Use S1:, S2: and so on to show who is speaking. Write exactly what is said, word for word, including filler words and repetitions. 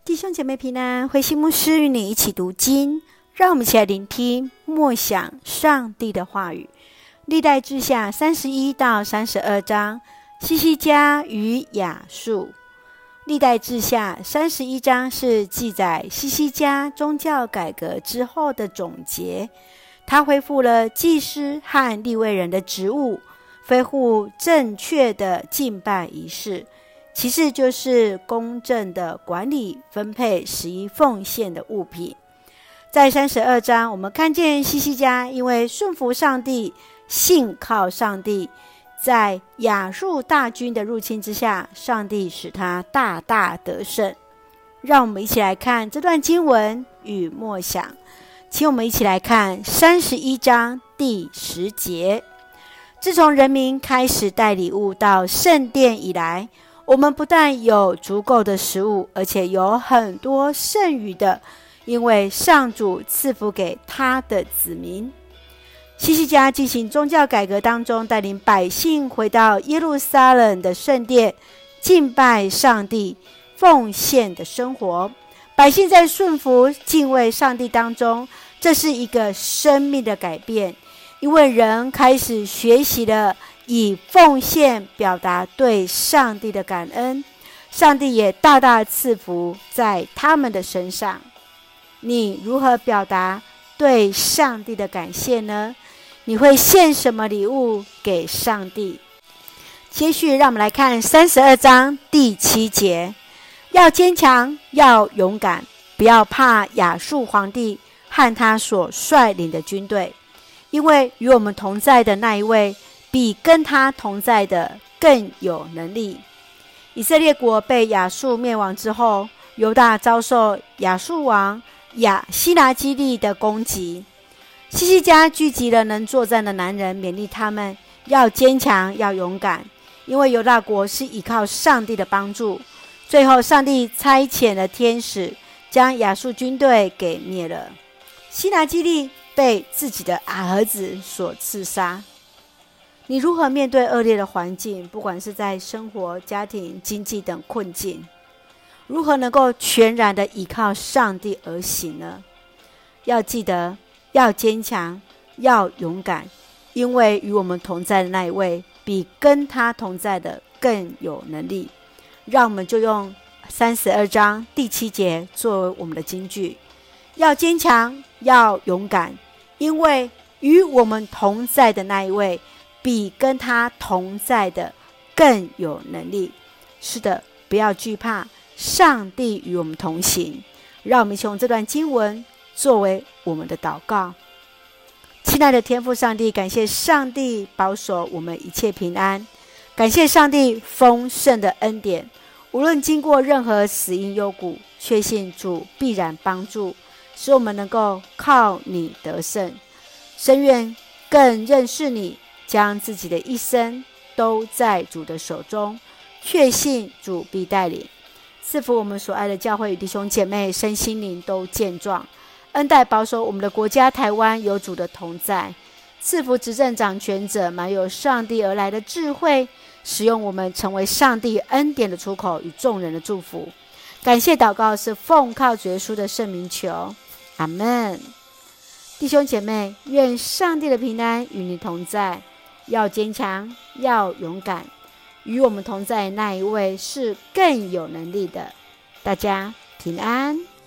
S1: 弟兄姐妹平安，慧馨牧师与你一起读经，让我们一起来聆听默想上帝的话语。历代志下三十一到三十二章，希西家与亚述。历代志下三十一章是记载希西家宗教改革之后的总结，他恢复了祭司和利未人的职务，恢复正确的敬拜仪式，其次就是公正的管理分配十一奉献的物品。在三十二章，我们看见希西家因为顺服上帝，信靠上帝，在亚述大军的入侵之下，上帝使他大大得胜。让我们一起来看这段经文与默想。请我们一起来看三十一章第十节。自从人民开始带礼物到圣殿以来，我们不但有足够的食物，而且有很多剩余的，因为上主赐福给他的子民。希西家进行宗教改革当中，带领百姓回到耶路撒冷的圣殿，敬拜上帝，奉献的生活。百姓在顺服敬畏上帝当中，这是一个生命的改变，因为人开始学习了以奉献表达对上帝的感恩，上帝也大大赐福在他们的身上。你如何表达对上帝的感谢呢？你会献什么礼物给上帝？接续让我们来看三十二章第七节，要坚强，要勇敢，不要怕亚述皇帝和他所率领的军队，因为与我们同在的那一位比跟他同在的更有能力。以色列国被亚述灭亡之后，犹大遭受亚述王亚西拿基利的攻击。希西家聚集了能作战的男人，勉励他们要坚强，要勇敢，因为犹大国是依靠上帝的帮助。最后上帝差遣了天使，将亚述军队给灭了。西拿基利被自己的儿子所刺杀。你如何面对恶劣的环境，不管是在生活、家庭、经济等困境，如何能够全然的依靠上帝而行呢？要记得，要坚强，要勇敢，因为与我们同在的那一位比跟他同在的更有能力。让我们就用三十二章第七节作为我们的金句，要坚强，要勇敢，因为与我们同在的那一位比跟他同在的更有能力。是的，不要惧怕，上帝与我们同行。让我们一起用这段经文作为我们的祷告。亲爱的天父上帝，感谢上帝保守我们一切平安，感谢上帝丰盛的恩典，无论经过任何死荫幽谷，确信主必然帮助，使我们能够靠你得胜。深愿更认识你，将自己的一生都在主的手中，确信主必带领。赐福我们所爱的教会与弟兄姐妹身心灵都健壮，恩待保守我们的国家台湾有主的同在，赐福执政掌权者满有上帝而来的智慧，使用我们成为上帝恩典的出口与众人的祝福。感谢祷告是奉靠主耶稣的圣名求，阿们。弟兄姐妹，愿上帝的平安与你同在，要坚强，要勇敢，与我们同在那一位是更有能力的。大家平安。